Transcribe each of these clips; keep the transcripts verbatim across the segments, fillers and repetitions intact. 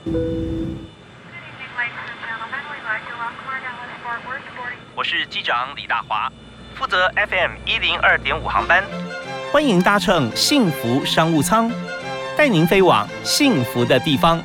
我是机长李大华，负责 F M 一零二点五航班，欢迎搭乘幸福商务舱，带您飞往幸福的地方。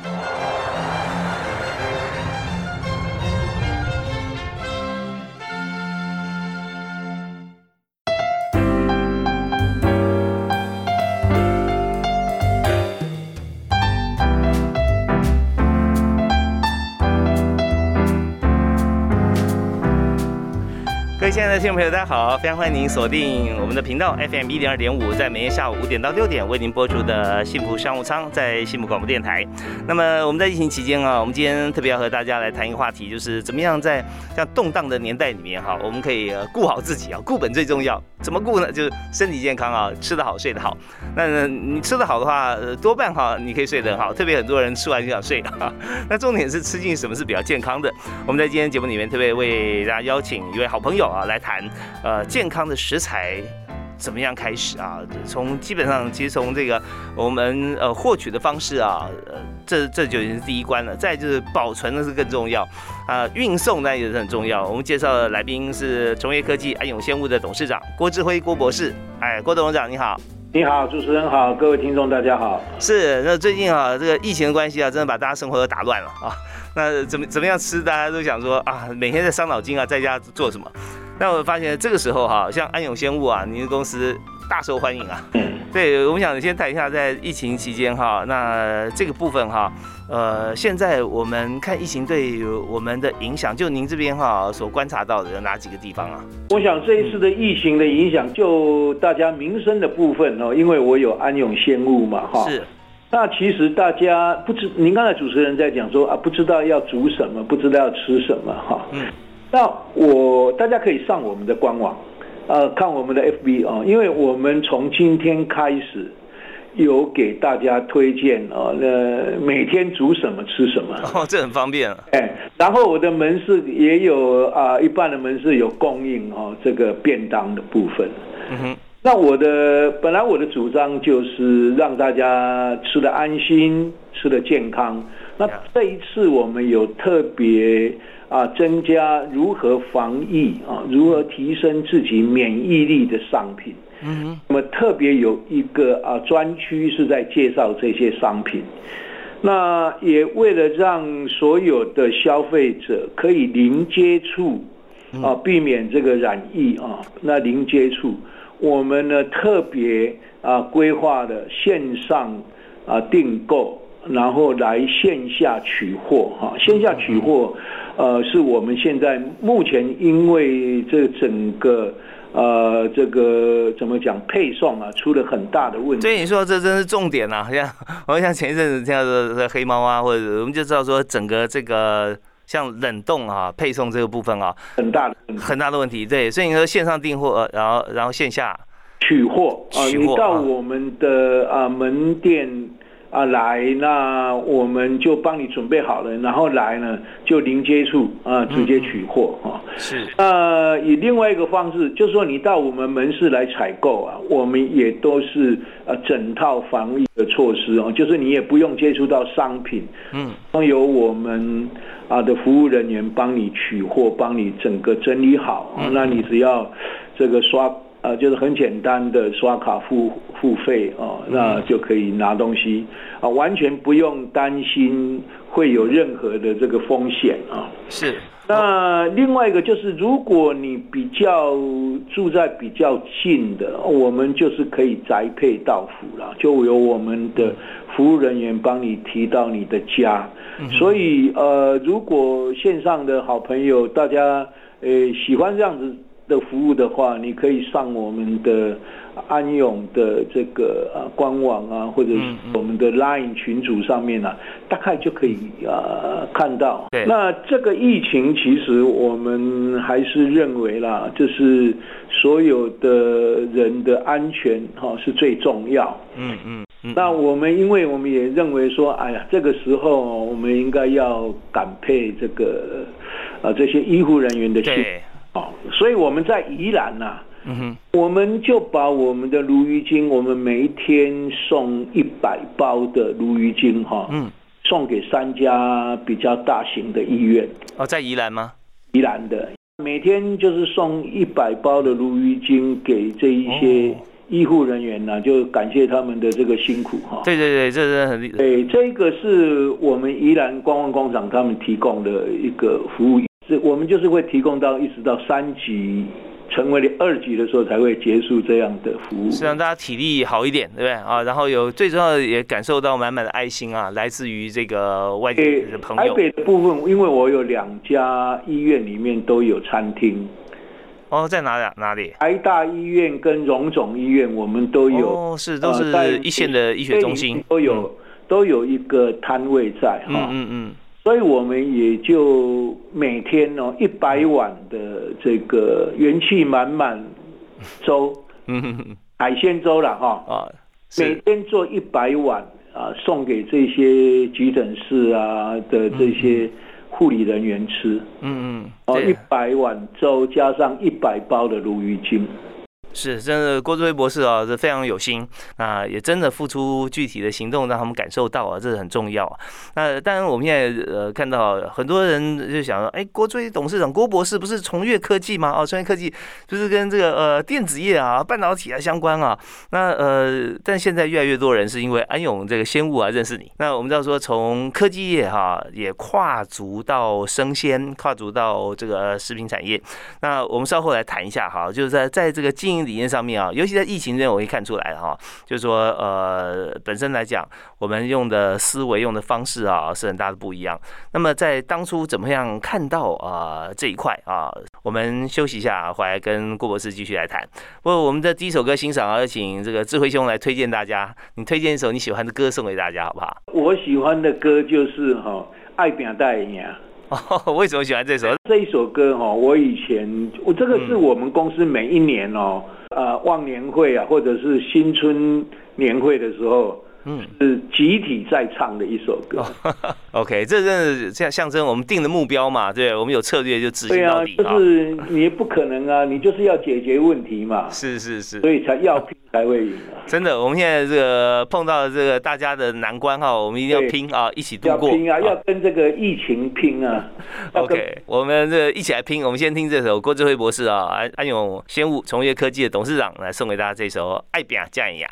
各位亲爱的听众朋友，大家好，非常欢迎您锁定我们的频道 F M 一零二点五，在每天下午五点到六点为您播出的幸福商务舱，在幸福广播电台。那么我们在疫情期间啊，我们今天特别要和大家来谈一个话题，就是怎么样在这样动荡的年代里面哈，我们可以顾好自己啊，顾本最重要。怎么顾呢？就是身体健康啊，吃得好，睡得好。那你吃得好的话，多半哈你可以睡得很好，特别很多人吃完就想睡啊。那重点是吃进什么是比较健康的。我们在今天节目里面特别为大家邀请一位好朋友啊。来谈呃健康的食材怎么样开始啊？从基本上其实从这个我们呃获取的方式啊，呃这这就已经是第一关了。再就是保存那是更重要啊、呃，运送那也是很重要。我们介绍的来宾是崇业科技安永鲜物的董事长郭志辉郭博士。哎，郭董事长你好。 你好，主持人好，各位听众大家好。 是，那最近啊，这个疫情的关系啊，真的把大家生活都打乱了啊。那怎么怎么样吃，大家都想说啊，每天在伤脑筋啊，在家做什么？那我发现这个时候哈，像安永鲜物啊，您的公司大受欢迎啊。嗯。对，我们想先谈一下在疫情期间哈，那这个部分哈，呃，现在我们看疫情对我们的影响，就您这边哈所观察到的有哪几个地方啊？ 我想这一次的疫情的影响，就大家民生的部分哦，因为我有安永鲜物嘛哈。是。那其实大家不知，您刚才主持人在讲说啊，不知道要煮什么，不知道要吃什么哈。嗯。那我大家可以上我们的官网，呃，看我们的 F B 啊、哦，因为我们从今天开始有给大家推荐啊，那、呃、每天煮什么吃什么哦，这很方便。 哎，然后我的门市也有啊、呃，一半的门市有供应哦，这个便当的部分。嗯哼。那我的本来我的主张就是让大家吃得安心，吃得健康。那这一次我们有特别啊增加如何防疫啊，如何提升自己免疫力的商品。嗯，那么特别有一个啊专区是在介绍这些商品。那也为了让所有的消费者可以零接触啊，避免这个染疫啊，那零接触。我们呢特别啊规划了线上啊订购，然后来线下取货哈。线下取货，呃，是我们现在目前因为这整个呃这个怎么讲配送啊出了很大的问题。 所以你说这真是重点啊！像我像前一阵子听到的黑猫啊，或者我们就知道说整个这个。像冷冻啊配送这个部分啊， 很大的很大的问题。对，所以你说线上订货，然后然后线下取货啊，你到我们的啊门店啊来，那我们就帮你准备好了，然后来呢就零接触啊，直接取货啊。是。呃，以另外一个方式，就是说你到我们门市来采购啊，我们也都是呃整套防疫的措施哦，就是你也不用接触到商品，嗯，都由我们。啊的服务人员帮你取货，帮你整个整理好，嗯、那你只要这个刷呃，就是很简单的刷卡付付费啊、哦，那就可以拿东西啊，完全不用担心会有任何的这个风险啊。是。那另外一个就是，如果你比较住在比较近的，我们就是可以宅配到府啦，就由我们的服务人员帮你提到你的家。所以呃，如果线上的好朋友大家呃喜欢这样子的服务的话，你可以上我们的安永的这个呃官网啊，或者是我们的 Line 群组上面啊，大概就可以呃看到。那这个疫情其实我们还是认为啦，就是所有的人的安全哈、哦、是最重要。嗯嗯。那我们因为我们也认为说，哎呀，这个时候我们应该要感佩这个呃这些医护人员的辛苦。哦，所以我们在宜兰呐、啊，嗯哼，我们就把我们的鲈鱼精，我们每一天送一百包的鲈鱼精哈，嗯， 送给三家比较大型的医院。 哦，在宜兰吗？ 宜兰的，每天就是送一百包的鲈鱼精给这一些医护人员呢、啊，就感谢他们的这个辛苦哈。 对对对，这真的很厉害。 对，这个是我们宜兰观光工厂他们提供的一个服务，是我们就是会提供到一直到三级。成为了二级的时候才会结束这样的服务， 是让大家体力好一点，对不对啊？然后有最重要的也感受到满满的爱心啊，来自于这个外地的朋友。 台北的部分，因为我有两家医院里面都有餐厅。 哦，在哪里？哪里？ 台大医院跟荣总医院我们都有， 哦，是都是一线的医学中心， 都有、嗯、都有一个摊位在哈。 嗯嗯嗯。 所以我们也就每天哦一百碗的这个元气满满粥，海鲜粥啦哈，啊，每天做一百碗啊，送给这些急诊室啊的这些护理人员吃。嗯嗯，哦，一百碗粥加上一百包的鲈鱼精。 是真的，郭志辉博士啊，这非常有心啊，也真的付出具体的行动，让他们感受到啊，这很重要啊。那当然，我们现在呃看到很多人就想说，哎，郭志辉董事长郭博士不是崇越科技吗？哦，崇越科技就是跟这个呃电子业啊、半导体啊相关啊。那呃，但现在越来越多人是因为安永这个鲜物啊认识你。那我们知道说，从科技业哈、啊、也跨足到生鲜，跨足到这个食品产业。那我们稍后来谈一下哈，就是在在这个经营理念上面啊，尤其在疫情中我可以看出来哈，就是说呃本身来讲，我们用的思维、用的方式啊是很大的不一样。那么在当初怎么样看到啊、呃、这一块啊？我们休息一下，回来跟郭博士继续来谈。不过我们的第一首歌欣赏啊，要请这个智慧兄来推荐大家，你推荐一首你喜欢的歌送给大家好不好？ 我喜欢的歌就是哈、哦，爱拼带赢。 哦，为什么喜欢这首？ 这一首歌哈、哦，我以前我这个是我们公司每一年哦。嗯呃，忘年会啊，或者是新春年会的时候，嗯，是集体在唱的一首歌。 哦、OK， 这真的像象征我们定的目标嘛，对，我们有策略就执行到底。 对啊，就是你不可能啊，你就是要解决问题嘛。 是是是， 所以才要拼才会赢啊。 真的，我们现在这个碰到这个大家的难关哈，我们一定要拼啊，一起度过。 要拼啊，要跟这个疫情拼啊。 OK， 我们这一起来拼。我们先听这首郭志辉博士啊，安安永鲜物崇越科技的董事长来送给大家这首《爱拼才会赢》。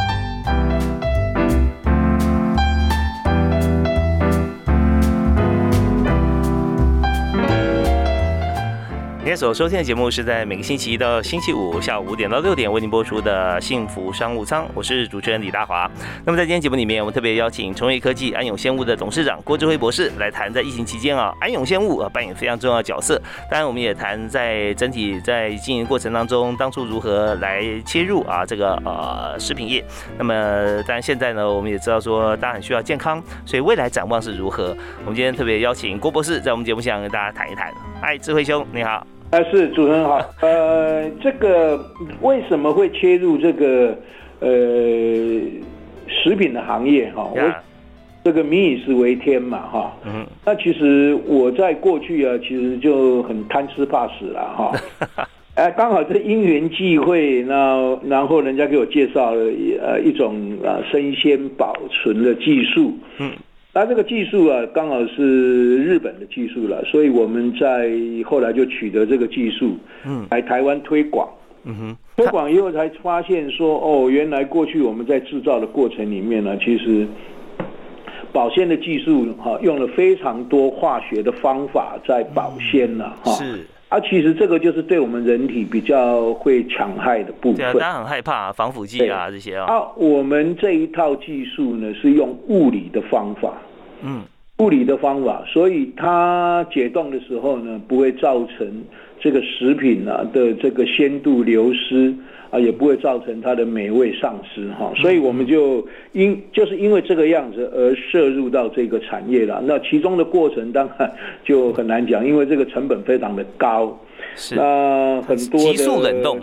你现在所收听的节目是在每个星期一到星期五下午五点到六点为您播出的幸福商务舱，我是主持人李大华。那么在今天节目里面，我们特别邀请崇越科技安永鲜物的董事长郭志辉博士来谈在疫情期间啊，安永鲜物啊扮演非常重要的角色。当然，我们也谈在整体在经营过程当中，当初如何来切入啊这个呃食品业。那么当然现在呢，我们也知道说大家很需要健康，所以未来展望是如何？我们今天特别邀请郭博士在我们节目上跟大家谈一谈。嗨，志辉兄，你好。 啊，是主持人好。呃，这个为什么会切入这个呃食品的行业哈？ Yeah. 我这个民以食为天嘛哈。嗯、mm-hmm. 那其实我在过去啊，其实就很贪吃怕死了哈。哎，刚好这因缘际会，那然后人家给我介绍了呃一种呃生鲜保存的技术。嗯。那这个技术啊，刚好是日本的技术了，所以我们在后来就取得这个技术，嗯，来台湾推广，嗯哼，推广以后才发现说，哦，原来过去我们在制造的过程里面呢，其实保鲜的技术哈，用了非常多化学的方法在保鲜了哈。是。啊，其实这个就是对我们人体比较会抢害的部分。对啊， 大家很害怕防腐剂啊这些啊。 啊，我们这一套技术呢是用物理的方法，嗯，物理的方法，所以它解冻的时候呢，不会造成这个食品啊的这个鲜度流失啊，也不会造成它的美味丧失哈。所以我们就因就是因为这个样子而摄入到这个产业了。那其中的过程当然就很难讲，因为这个成本非常的高。 是，呃， 很多的急速冷冻啊。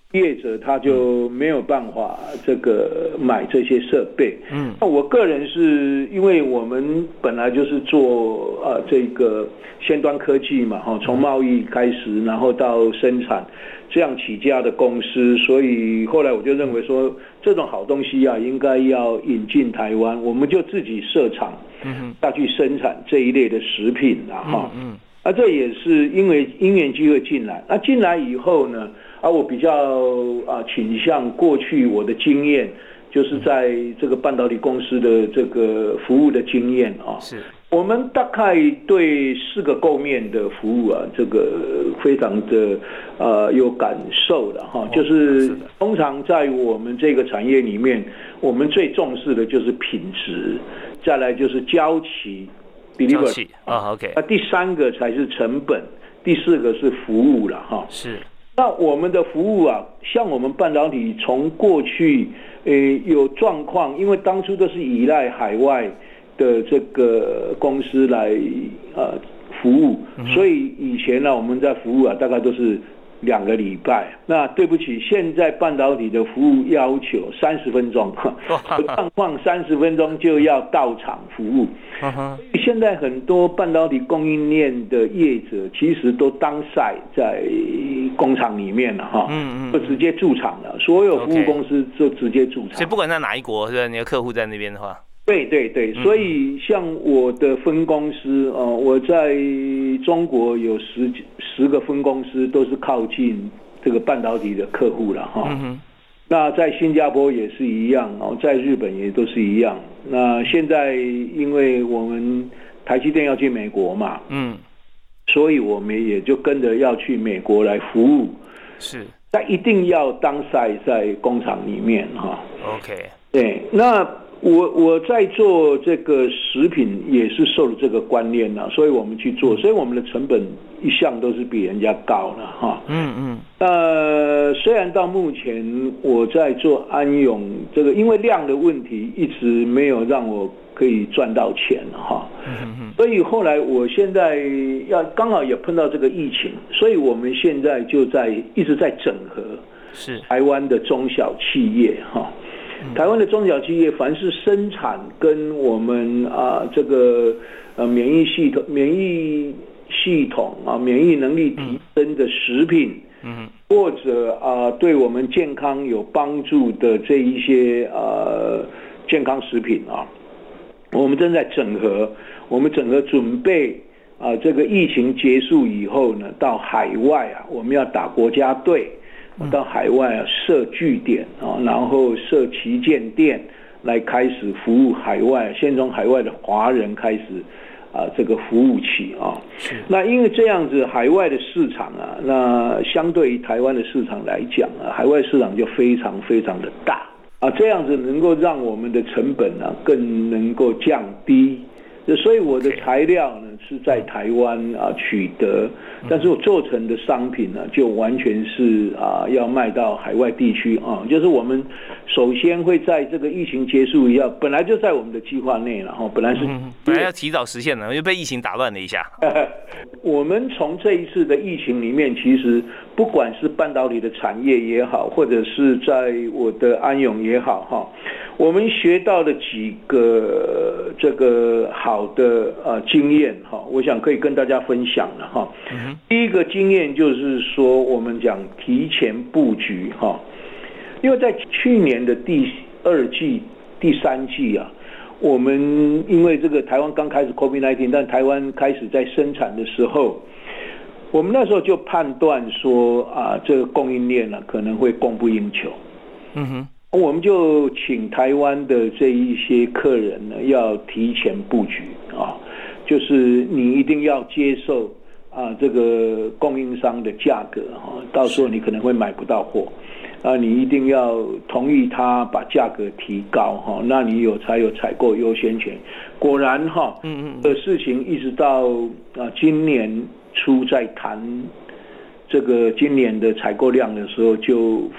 业者他就没有办法这个买这些设备。嗯，那我个人是因为我们本来就是做呃这个先端科技嘛，哈，从贸易开始，然后到生产这样起家的公司，所以后来我就认为说这种好东西啊，应该要引进台湾，我们就自己设厂，嗯，要去生产这一类的食品啊，哈，嗯，那这也是因为因缘机会进来，那进来以后呢？啊，我比较啊倾向过去我的经验，就是在这个半导体公司的这个服务的经验啊。是，我们大概对四个构面的服务啊，这个非常的呃有感受的哈。就是通常在我们这个产业里面，我们最重视的就是品质，再来就是交期 ，deliver 啊 ，OK。那第三个才是成本，第四个是服务了哈。是。那我们的服务啊，像我们半导体从过去，呃，有状况，因为当初都是依赖海外的这个公司来呃服务，所以以前呢，我们在服务啊，大概都是两个礼拜。那对不起，现在半导体的服务要求三十分钟，有状况三十分钟就要到场服务。现在很多半导体供应链的业者，其实都当晒在工厂里面了哈，嗯嗯，就直接驻厂了，所有服务公司就直接驻厂。 所以不管在哪一国，是吧？你的客户在那边的话， 对对对，所以像我的分公司啊、呃，我在中国有十十个分公司，都是靠近这个半导体的客户了哈。嗯，那在新加坡也是一样哦，在日本也都是一样。那现在因为我们台积电要去美国嘛，嗯，所以我们也就跟着要去美国来服务。是，但一定要当晒在工厂里面哈。OK， 对，那。我我在做这个食品也是受了这个观念啊，所以我们去做，所以我们的成本一向都是比人家高了哈。嗯嗯。呃，虽然到目前我在做安永这个，因为量的问题一直没有让我可以赚到钱哈。嗯嗯。所以后来我现在要刚好也碰到这个疫情，所以我们现在就在一直在整合是台湾的中小企业哈。台湾的中小企业，凡是生产跟我们啊这个呃免疫系统、免疫系统啊、免疫能力提升的食品，嗯，或者啊对我们健康有帮助的这一些呃健康食品啊，我们正在整合，我们整合准备啊这个疫情结束以后呢，到海外啊，我们要打国家队。到海外啊设据点啊，然后设旗舰店来开始服务海外，先从海外的华人开始啊，这个服务起啊。那因为这样子，海外的市场啊，那相对于台湾的市场来讲啊，海外市场就非常非常的大啊，这样子能够让我们的成本啊更能够降低。所以我的材料呢是在台湾啊取得，但是我做成的商品呢就完全是啊要卖到海外地区啊，就是我们首先会在这个疫情结束以后，本来就在我们的计划内了哈，本来是本来要提早实现的，又被疫情打乱了一下。 我们从这一次的疫情里面，其实不管是半导体的产业也好，或者是在我的安永也好哈，我们学到的几个这个好的呃经验哈，我想可以跟大家分享了哈。嗯、第一个经验就是说，我们讲提前布局哈，因为在去年的第二季、第三季啊，我们因为这个台湾刚开始 COVID 十九， 但台湾开始在生产的时候，我们那时候就判断说啊，这个供应链呢、啊、可能会供不应求。嗯哼。我们就请台湾的这一些客人呢，要提前布局啊，就是你一定要接受啊这个供应商的价格哈，到时候你可能会买不到货啊，你一定要同意他把价格提高哈，那你有才有采购优先权。果然哈，嗯嗯，的事情一直到啊今年初在谈这个今年的采购量的时候就。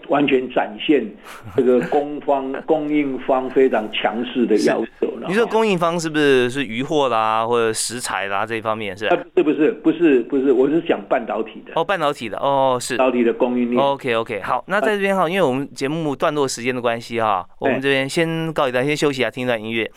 完全展现这个供方供应方非常强势的要求了。 你说供应方是不是是渔获啦，或者食材啦这一方面是？ 啊，不是不是不是不是，我是讲半导体的。 哦，半导体的哦，是半导体的供应链。 OK OK， 好，那在这边哈，因为我们节目段落时间的关系哈，我们这边先告一段，先休息一下，听一段音乐。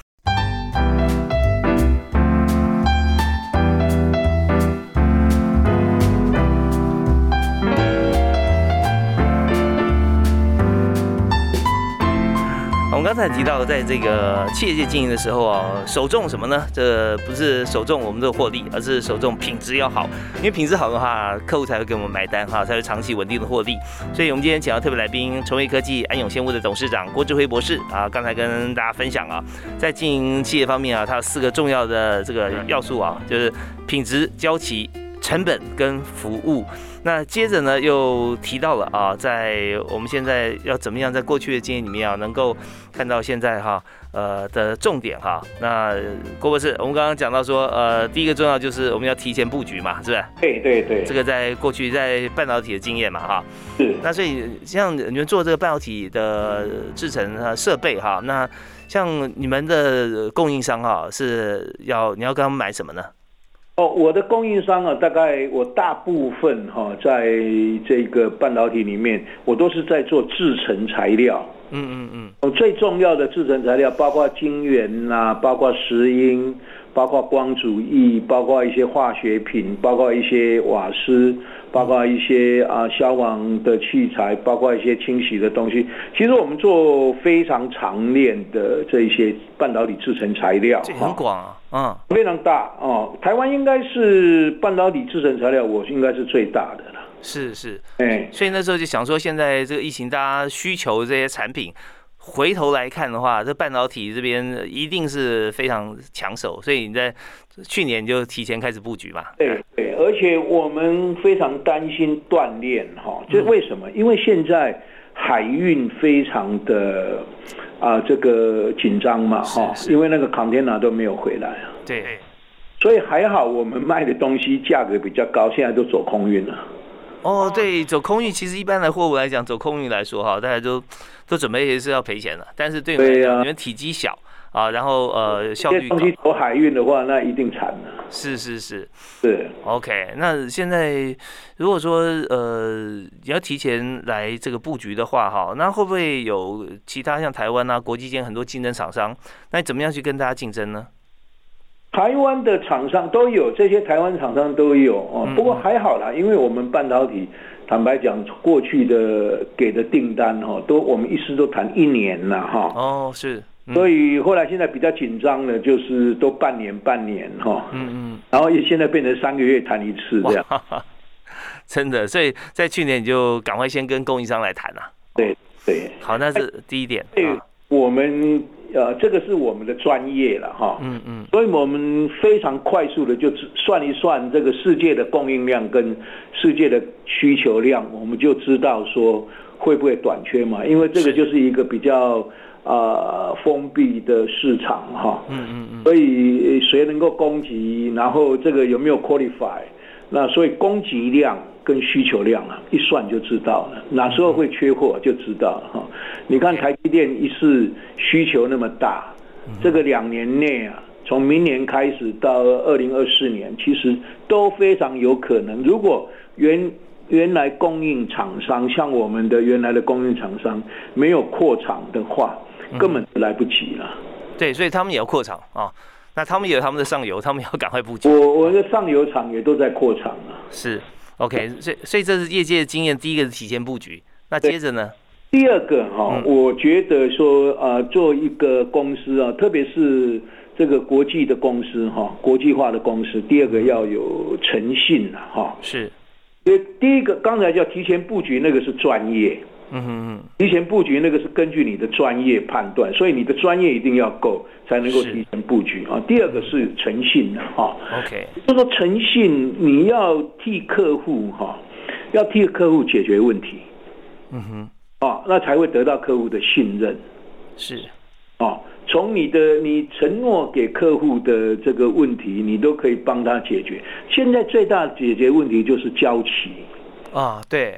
我们刚才提到，在这个企业界经营的时候啊，首重什么呢？这不是首重我们的获利，而是首重品质要好。因为品质好的话，客户才会给我们买单哈，才会长期稳定的获利。所以，我们今天请到特别来宾，崇维科技安永鲜物的董事长郭志辉博士啊，刚才跟大家分享啊，在经营企业方面啊，它有四个重要的这个要素啊，就是品质、交期、成本跟服务。那接着呢，又提到了啊，在我们现在要怎么样在过去的经验里面啊，能够看到现在哈呃的重点哈。那郭博士，我们刚刚讲到说，呃，第一个重要就是我们要提前布局嘛，是不是？ 对对对。 这个在过去在半导体的经验嘛，哈。 是。 那所以像你们做这个半导体的制程啊设备哈，那像你们的供应商哈是要你要跟他们买什么呢？ 哦，我的供应商啊，大概我大部分哈、啊，在这个半导体里面，我都是在做制程材料。 嗯嗯嗯。 哦，最重要的制程材料包括晶圆啦、啊，包括石英，包括光阻液，包括一些化学品，包括一些瓦斯，包括一些啊消防的器材，包括一些清洗的东西。其实我们做非常长链的这一些半导体制程材料， 这很广啊。嗯， 非常大哦。台湾应该是半导体制程材料，我应该是最大的了。 是是， 哎、欸， 所以那时候就想说，现在这个疫情，大家需求这些产品，回头来看的话，这半导体这边一定是非常抢手。所以你在去年就提前开始布局嘛。 对对，而且我们非常担心断链哈，这为什么？嗯、因为现在海运非常的。啊，这个紧张嘛，哈，因为那个 container 都没有回来啊。 对， 所以还好我们卖的东西价格比较高，现在都走空运了。 哦，对，走空运其实一般的货物来讲，走空运来说哈，大家都都准备是要赔钱的。但是对你们来讲，啊、你们体积小啊，然后呃效率高。 这东西走海运的话，那一定惨了。 是是是， 是 OK。那现在如果说呃你要提前来这个布局的话哈，那会不会有其他像台湾啊、国际间很多竞争厂商？那你怎么样去跟大家竞争呢？ 台湾的厂商都有，这些台湾厂商都有哦。不过还好啦，因为我们半导体，坦白讲，过去的给的订单哈，都我们一次都谈一年了哈。 哦，是。嗯、 所以后来现在比较紧张的，就是都半年半年哈。嗯嗯。然后也现在变成三个月谈一次这样。 真的，所以在去年你就赶快先跟供应商来谈啦。 对对。 好，那是第一点。 对，我们。呃，这个是我们的专业了哈，嗯嗯，所以我们非常快速的就算一算这个世界的供应量跟世界的需求量，我们就知道说会不会短缺嘛，因为这个就是一个比较呃封闭的市场哈，嗯嗯嗯，所以谁能够供给，然后这个有没有 qualify， 那所以供给量跟需求量啊，一算就知道了，哪时候会缺货就知道了哈。你看台积电一次需求那么大，这个两年内啊，从明年开始到二零二四年，其实都非常有可能。如果原原来供应厂商像我们的原来的供应厂商没有扩厂的话，根本就来不及了。 对，所以他们也要扩厂啊。那他们也有他们的上游，他们也要赶快布局。 我我的上游厂也都在扩厂啊。 是。OK， 所以所以这是业界的经验，第一个是提前布局，那接着呢？ 第二个哈、嗯，我觉得说呃，做一个公司啊，特别是这个国际的公司哈，国际化的公司，第二个要有诚信啊哈。 是。 因为第一个刚才叫提前布局，那个是专业。嗯哼哼。提前布局那个是根据你的专业判断，所以你的专业一定要够，才能够提前布局啊。第二个是诚信的哈。 OK。 就说诚信，你要替客户哈，要替客户解决问题。嗯哼。啊，那才会得到客户的信任。 是。 啊，从你的你承诺给客户的这个问题，你都可以帮他解决。现在最大的解决问题就是交期。 啊，对。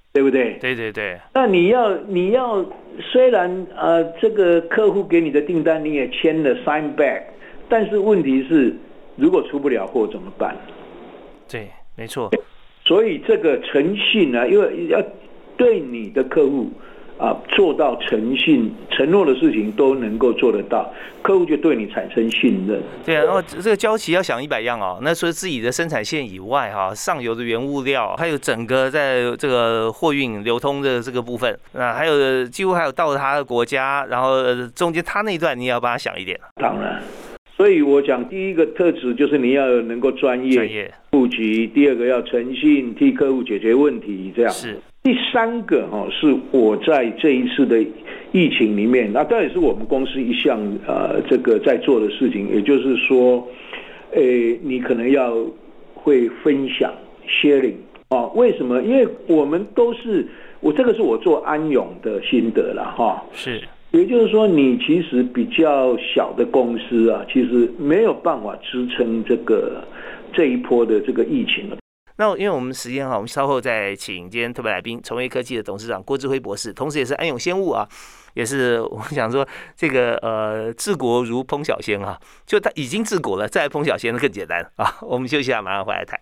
对不对？ 对对对。 那你要你要虽然呃这个客户给你的订单你也签了 sign back， 但是问题是如果出不了货怎么办？ 对，没错。 所以这个诚信呢、啊，因为要对你的客户啊做到诚信，承诺的事情都能够做得到，客户就对你产生信任。 对啊，然后这个交期要想一百样哦。那除了自己的生产线以外哈、啊，上游的原物料，还有整个在这个货运流通的这个部分，那还有几乎还有到他的国家，然后中间他那一段你也要帮他想一点。 当然。所以我讲第一个特质就是你要能够专业、专业布局；第二个要诚信，替客户解决问题，这样。 是。 第三个哈、哦，是我在这一次的疫情里面，那当然也是我们公司一项呃这个在做的事情，也就是说，呃，你可能要会分享 sharing 啊、哦？为什么？因为我们都是我这个是我做安永的心得啦哈、哦。 是。 也就是说，你其实比较小的公司啊，其实没有办法支撑这个这一波的这个疫情了。 那因为我们时间哈，我们稍后再请今天特别来宾，崇越科技的董事长郭志辉博士，同时也是安永先物啊，也是我想说这个呃治国如烹小鲜啊，就他已经治国了，再来烹小鲜更简单啊。我们休息一下，马上回来谈。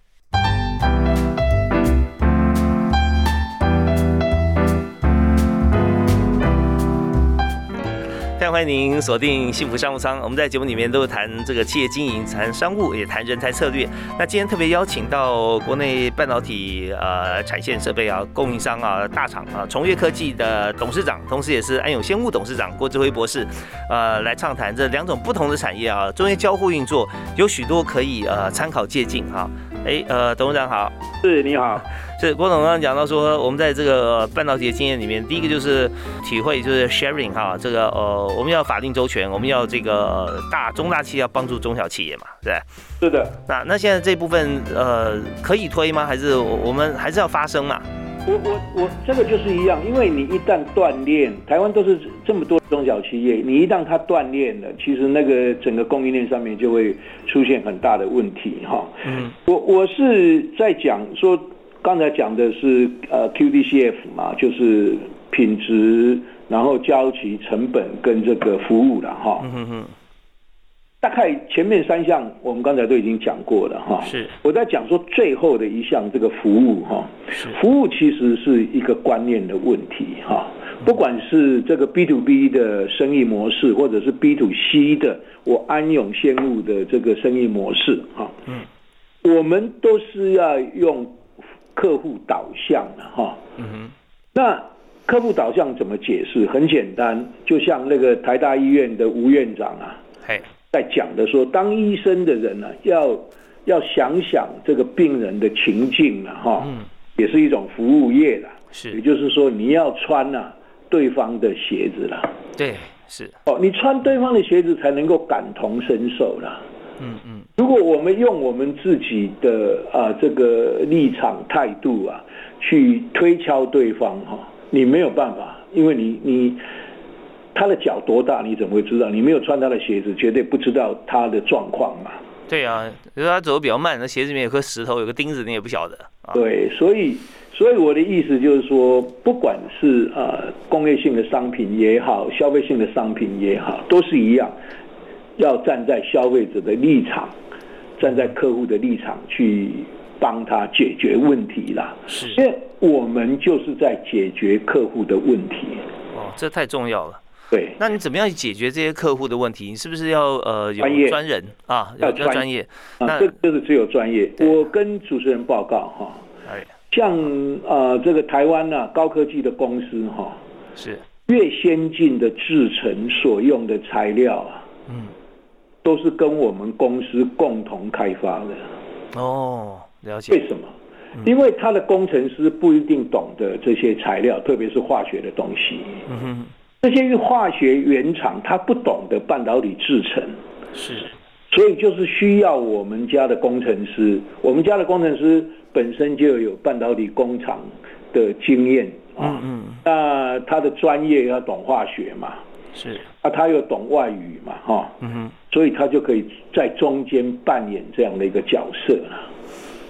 非常欢迎您锁定幸福商务舱，我们在节目里面都谈这个企业经营、谈商务，也谈人才策略。那今天特别邀请到国内半导体呃产线设备啊供应商啊大厂啊崇越科技的董事长，同时也是安永先物董事长郭志辉博士，呃来畅谈这两种不同的产业啊中间交互运作，有许多可以呃参考借鉴哈。哎呃，董事长好。 是，你好。 是郭董刚刚讲到说，我们在这个半导体的经验里面，第一个就是体会，就是 sharing 哈，这个呃，我们要法定周全，我们要这个大中大企业要帮助中小企业嘛，对不对？是的。 那那现在这部分呃可以推吗？还是我们还是要发声嘛？ 我我我这个就是一样，因为你一旦锻炼，台湾都是这么多中小企业，你一旦它锻炼了，其实那个整个供应链上面就会出现很大的问题哈。嗯，我我是在讲说。刚才讲的是呃 Q D C F 嘛，就是品质，然后交期、成本跟这个服务了哈。嗯哼。大概前面三项我们刚才都已经讲过了哈。是。我在讲说最后的一项这个服务哈，服务其实是一个观念的问题哈。不管是这个 B to B 的生意模式，或者是 B to C 的我安永先物的这个生意模式哈。嗯。我们都是要用。客户导向的哈，嗯哼，那客户导向怎么解释？很简单，就像那个台大医院的吴院长啊，在讲的说，当医生的人呢、啊，要要想想这个病人的情境了、啊、哈，嗯，也是一种服务业啦，是，也就是说你要穿啊对方的鞋子啦， 对，是， 哦，你穿对方的鞋子才能够感同身受啦。嗯嗯，如果我们用我们自己的啊这个立场态度啊去推敲对方哈，你没有办法，因为你你他的脚多大，你怎么会知道？你没有穿他的鞋子，绝对不知道他的状况嘛。 对啊，如果他走得比较慢，那鞋子里面有颗石头，有个钉子，你也不晓得。啊、 对，所以所以我的意思就是说，不管是呃工业性的商品也好，消费性的商品也好，都是一样。要站在消费者的立场，站在客户的立场去帮他解决问题啦。是，因为我们就是在解决客户的问题。 哦，这太重要了。 对， 那你怎么样解决这些客户的问题？你是不是要呃有专人啊？要专业啊？这就是只有专业。我跟主持人报告哈，像呃这个台湾啊高科技的公司哈，是越先进的制程所用的材料啊，嗯。都是跟我们公司共同开发的。 哦，了解。 为什么？嗯、因为他的工程师不一定懂得这些材料，特别是化学的东西。嗯哼，这些化学原厂他不懂得半导体制程。是。所以就是需要我们家的工程师，我们家的工程师本身就有半导体工厂的经验啊。嗯嗯。那他的专业要懂化学嘛。是啊，他又懂外语嘛，哈，嗯哼，所以他就可以在中间扮演这样的一个角色了。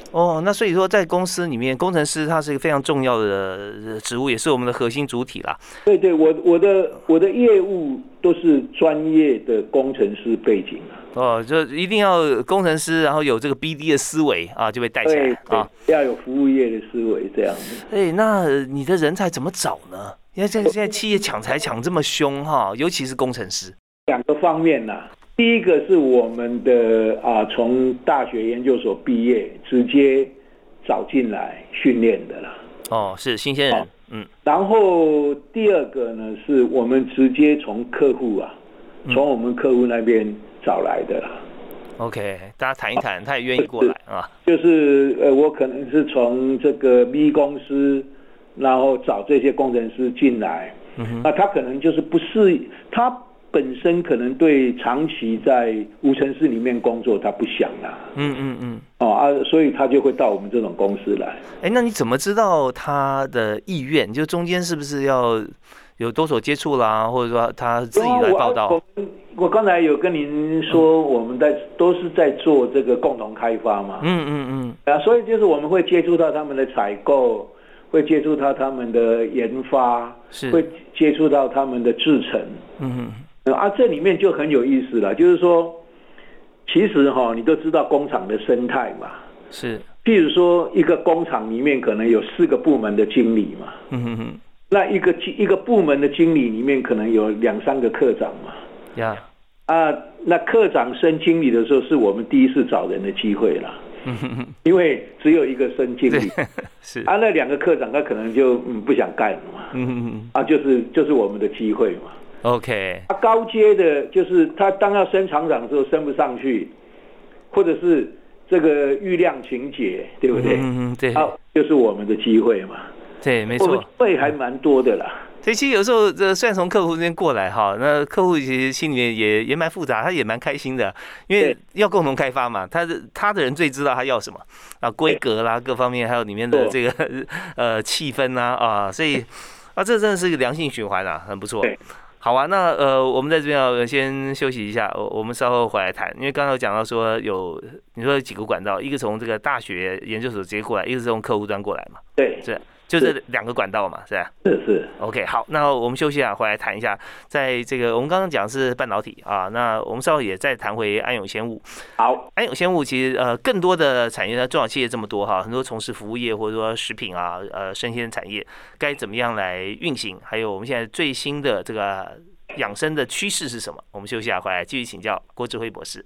哦，那所以说在公司里面，工程师他是一个非常重要的职务，也是我们的核心主体啦。 对对，我我的我的业务都是专业的工程师背景啊。 哦，就一定要工程师，然后有这个 B D 的思维啊，就被带起来啊， 要有服务业的思维这样子。 哎，那你的人才怎么找呢？因为现在现在企业抢才抢这么凶哈，尤其是工程师。 两个方面呐、啊，第一个是我们的啊，从大学研究所毕业直接找进来训练的啦。 哦，是新鲜人，嗯。 然后第二个呢，是我们直接从客户啊，从我们客户那边找来的啦。 OK， 大家谈一谈，他也愿意过来啊。 就是呃，我可能是从这个 B 公司，然后找这些工程师进来。嗯哼。那他可能就是不是他本身可能对长期在无尘室里面工作他不想啦。嗯嗯嗯。哦啊，所以他就会到我们这种公司来。 哎，那你怎么知道他的意愿？就中间是不是要有多手接触啦，或者说他自己来报道？ 我刚才有跟您说，我们在都是在做这个共同开发嘛。嗯嗯嗯。啊，所以就是我们会接触到他们的采购，会接触到他们的研发，是会接触到他们的制程。嗯嗯。啊，这里面就很有意思了，就是说，其实哈、哦，你都知道工厂的生态嘛。 是。 譬如说，一个工厂里面可能有四个部门的经理嘛。嗯哼哼。那一个一个部门的经理里面可能有两三个科长嘛。呀。啊，那科长升经理的时候，是我们第一次找人的机会啦。因为只有一个升经理，是啊，那两个科长他可能就嗯不想干了嘛。嗯啊，就是就是我们的机会嘛。 OK。 啊，高阶的就是他当要升厂长的时候升不上去，或者是这个欲量情节，对不对？嗯对。啊，就是我们的机会嘛。 对，没错。 会还蛮多的啦。 所以其实有时候，这虽然从客户这边过来哈，那客户其实心里面也也蛮复杂，他也蛮开心的，因为要共同开发嘛。他的他的人最知道他要什么啊，规格啦，各方面还有里面的这个呃气氛啊啊，所以啊，这真的是一个良性循环啊，很不错。好啊，那呃，我们在这边要先休息一下，我我们稍后回来谈。因为刚刚有讲到说有你说有几个管道，一个从这个大学研究所直接过来，一个是从客户端过来嘛。 对， 是。就这两个管道嘛，是吧？ 是是。 OK， 好，那我们休息啊，回来谈一下，在这个我们刚刚讲的是半导体啊，那我们稍后也再谈回安永鲜物。 好， 安永鲜物其实呃更多的产业呢，中小企业这么多哈，很多从事服务业或者说食品啊呃生鲜产业，该怎么样来运行？还有我们现在最新的这个养生的趋势是什么？我们休息啊，回来继续请教郭志辉博士。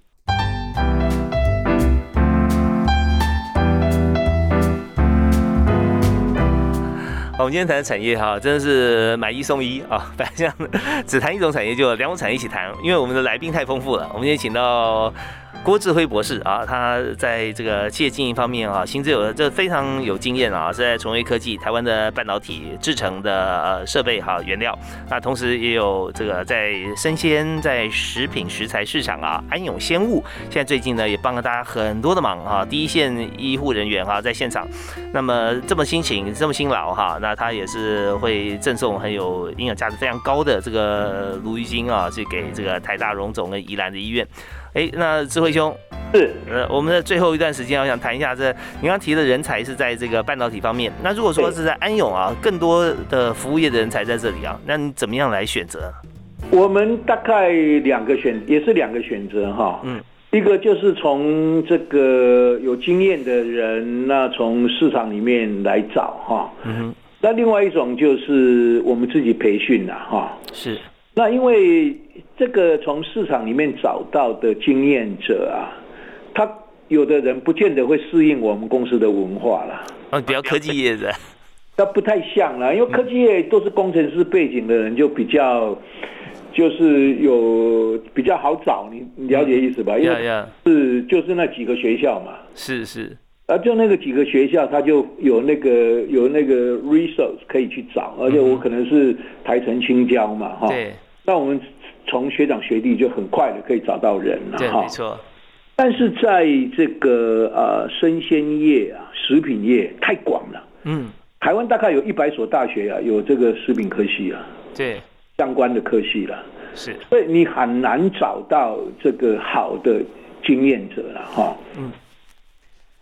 好，我们今天谈的产业哈，真的是买一送一啊！本来这样只谈一种产业，就两种产业一起谈，因为我们的来宾太丰富了。我们今天请到郭志辉博士啊，他在这个企业经营方面啊，行之有这非常有经验啊，是在崇威科技台湾的半导体制成的呃设备哈原料，那同时也有这个在生鲜在食品食材市场啊，安永鲜物现在最近呢也帮了大家很多的忙哈，第一线医护人员哈在现场，那么这么辛勤这么辛劳哈，那他也是会赠送很有营养价值非常高的这个鲈鱼精啊，去给这个台大荣总跟宜兰的医院。哎，那智慧兄是呃，我们的最后一段时间，我想谈一下这你刚刚提的人才是在这个半导体方面。那如果说是在安永啊，更多的服务业的人才在这里啊，那你怎么样来选择？ 我们大概两个选，也是两个选择哈。嗯，一个就是从这个有经验的人，那从市场里面来找哈。嗯哼。那另外一种就是我们自己培训啦哈。 是。 那因为这个从市场里面找到的经验者啊，他有的人不见得会适应我们公司的文化啦。 哦，比较科技业的， 他不太像啦，因为科技业都是工程师背景的人，就比较就是有比较好找，你你了解意思吧？因为是就是那几个学校嘛。 是是。 啊，就那个几个学校，他就有那个有那个 resource 可以去找，而且我可能是台成青椒嘛，哈。 对。 那我们从学长学弟就很快的可以找到人了， 对，没错。 但是在这个呃生鲜业啊、食品业太广了，嗯，台湾大概有一百所大学啊，有这个食品科系啊， 对， 相关的科系了， 是， 所以你很难找到这个好的经验者了，哈，嗯。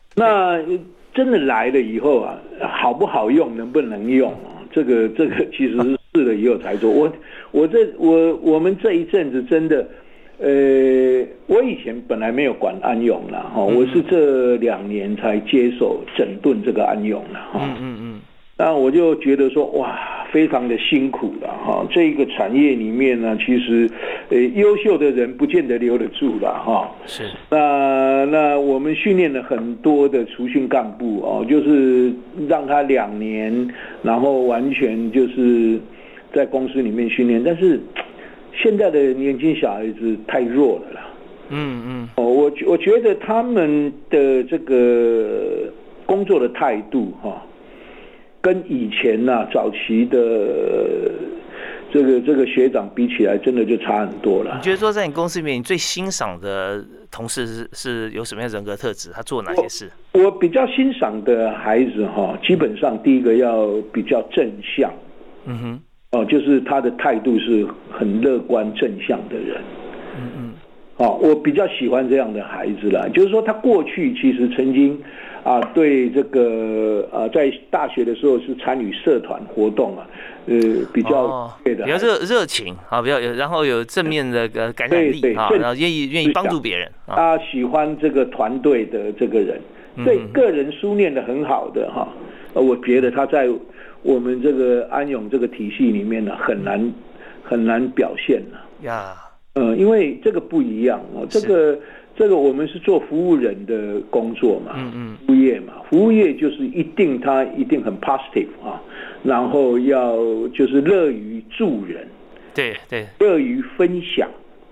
那真的来了以后啊，好不好用，能不能用啊？这个这个其实是试了以后才做。我我这我我们这一阵子真的。呃，我以前本来没有管安永啦，哈，我是这两年才接手整顿这个安永啦，哈，嗯嗯嗯，那我就觉得说，哇，非常的辛苦了，哈，这个产业里面呢，其实，呃，优秀的人不见得留得住了，哈， 是， 那那我们训练了很多的储训干部哦，就是让他两年，然后完全就是在公司里面训练，但是。现在的年轻小孩子太弱了啦，嗯嗯，哦，我我觉得他们的这个工作的态度哈，跟以前呐、啊、早期的这个这个学长比起来，真的就差很多了。 你觉得说在你公司里面，你最欣赏的同事是是有什么样的人格特质？他做哪些事？ 我, 我比较欣赏的孩子哈，基本上第一个要比较正向，嗯哼。哦，就是他的态度是很乐观正向的人，嗯嗯，哦，我比较喜欢这样的孩子啦。就是说，他过去其实曾经啊，对这个啊，在大学的时候是参与社团活动啊，呃，比较对的， 比较热热情啊，比较有，然后有正面的感染力啊，然后愿意愿意帮助别人。 他喜欢这个团队的这个人，对个人书念得很好的哈，我觉得他在。我们这个安永这个体系里面呢、啊，很难很难表现了呀。呃，因为这个不一样哦，这个这个我们是做服务人的工作嘛，嗯嗯，服务业嘛，服务业就是一定它一定很 positive 啊，然后要就是乐于助人， 对对， 乐于分享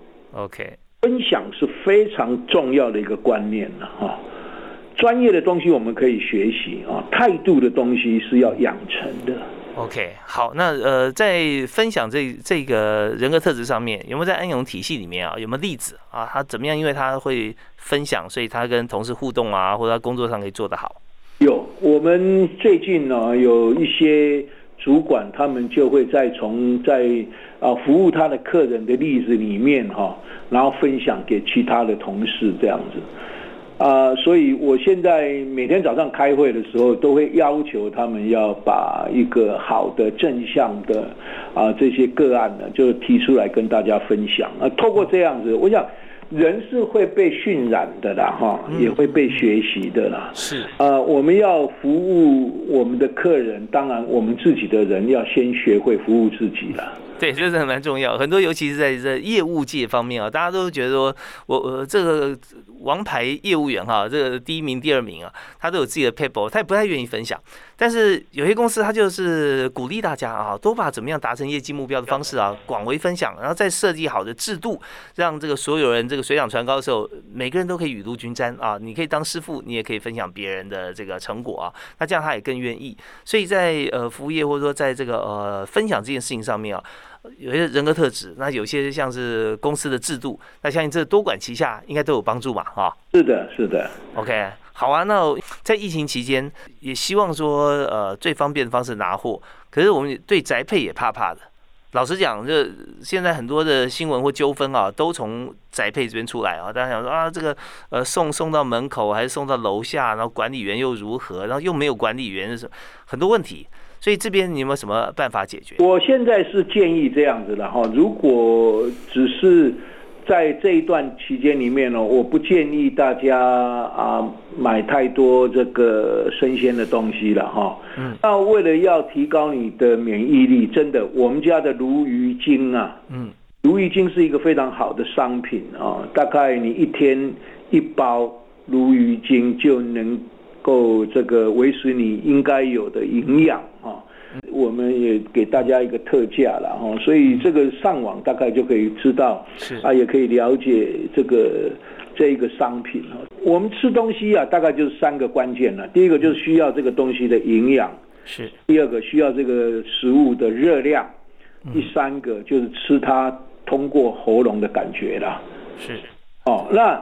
，OK， 分享是非常重要的一个观念了哈。专业的东西我们可以学习啊，态度的东西是要养成的。 OK， 好，那呃，在分享这这个人格特质上面，有没有在安永体系里面啊，有没有例子啊？他怎么样？因为他会分享，所以他跟同事互动啊，或者他工作上可以做得好。 有，我们最近呢有一些主管，他们就会在从在啊服务他的客人的例子里面哈，然后分享给其他的同事这样子。啊、呃，所以我现在每天早上开会的时候，都会要求他们要把一个好的正向的啊、呃、这些个案呢，就提出来跟大家分享啊。透过这样子，我想人是会被熏染的啦，哈，也会被学习的啦。 是啊、呃，我们要服务我们的客人，当然我们自己的人要先学会服务自己啦。 对，这是蛮重要。很多，尤其是在这业务界方面啊，大家都觉得说，我我这个王牌业务员哈，这个第一名、第二名啊，他都有自己的 paper， 他也不太愿意分享。但是有些公司他就是鼓励大家啊，都把怎么样达成业绩目标的方式啊广为分享，然后再设计好的制度，让这个所有人这个水涨船高的时候，每个人都可以雨露均沾啊。你可以当师傅，你也可以分享别人的这个成果啊，那这样他也更愿意。所以在呃服务业或者说在这个呃分享这件事情上面啊。有些人格特质，那有些像是公司的制度，那相信这多管齐下应该都有帮助嘛，哈。 是的，是的。 OK， 好啊。那在疫情期间，也希望说，呃，最方便的方式拿货。可是我们对宅配也怕怕的。老实讲，这现在很多的新闻或纠纷啊，都从宅配这边出来啊。大家想说啊，这个呃送送到门口还是送到楼下，然后管理员又如何，然后又没有管理员，很多问题。所以这边你有没有什么办法解决？ 我现在是建议这样子的哈，如果只是在这一段期间里面呢，我不建议大家啊买太多这个生鲜的东西了哈。嗯。那为了要提高你的免疫力，真的，我们家的鲈鱼精啊，嗯，鲈鱼精是一个非常好的商品啊，大概你一天一包鲈鱼精就能够这个维持你应该有的营养哈，我们也给大家一个特价了哈，所以这个上网大概就可以知道，啊，也可以了解这个这一个商品哈。我们吃东西啊，大概就是三个关键了，第一个就是需要这个东西的营养， 是； 第二个需要这个食物的热量，第三个就是吃它通过喉咙的感觉啦， 是。 哦，那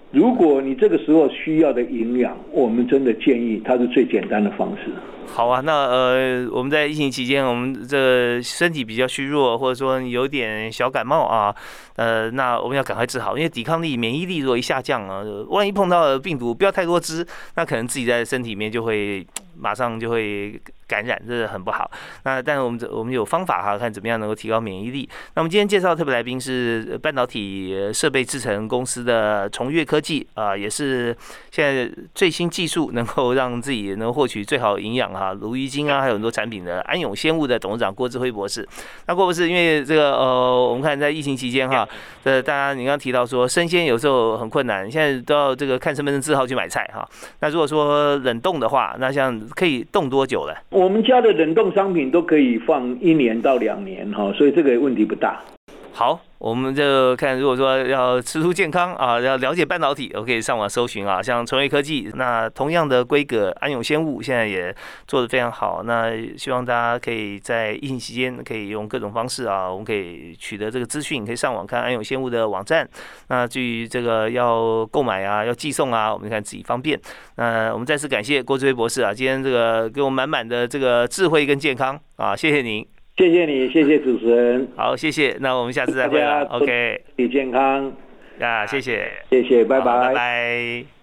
如果你这个时候需要的营养，我们真的建议它是最简单的方式。 好啊，那呃，我们在疫情期间，我们这身体比较虚弱，或者说有点小感冒啊，呃，那我们要赶快治好，因为抵抗力、免疫力如果一下降啊，万一碰到了病毒，不要太多只，那可能自己在身体里面就会马上就会感染，这是很不好。那但是我们我们有方法哈，看怎么样能够提高免疫力。那我们今天介绍的特别来宾是半导体设备制成公司的崇越科技啊、呃，也是现在最新技术能够让自己能获取最好的营养哈，鲈鱼精啊，还有很多产品的安永鲜物的董事长郭志辉博士。那郭博士，因为这个呃，我们看在疫情期间哈，呃，大家你刚刚提到说生鲜有时候很困难，现在都要这个看身份证字号去买菜哈。那如果说冷冻的话，那像可以冻多久了？ 我们家的冷冻商品都可以放一年到两年哈，所以这个问题不大。 好，我们就看，如果说要吃出健康啊，要了解半导体，我可以上网搜寻啊，像崇越科技，那同样的规格，安永鲜物现在也做得非常好。那希望大家可以在疫情期间可以用各种方式啊，我们可以取得这个资讯，可以上网看安永鲜物的网站。那至于这个要购买啊，要寄送啊，我们看自己方便。那我们再次感谢郭志辉博士啊，今天这个给我们满满的这个智慧跟健康啊，谢谢您。 谢谢你，谢谢主持人。 好，谢谢。那我们下次再会了。OK， 身体健康。 啊，谢谢， 谢谢，拜拜， 拜拜。